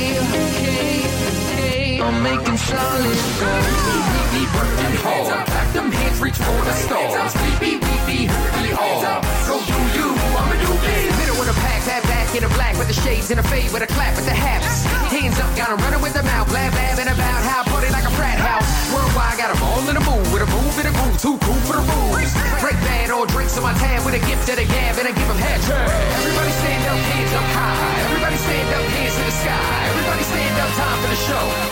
K. I'm making solid gold. We working hard. Clap them hands, reach for the stars. We hard. Go do you, I'ma do this. Middle of the pack, back in the black with the shades and a fade with a clap with the hats. Hands up, got 'em running with the mouth, blabbing about how I party like a frat house. Worldwide, got 'em all in the mood with a move and a groove, too cool for the rules. Break bad or drinks on my tab with a gift of the gab and I give 'em head. Everybody stand up, hands up high. Everybody stand up, hands to the sky. Everybody stand up, time for the show.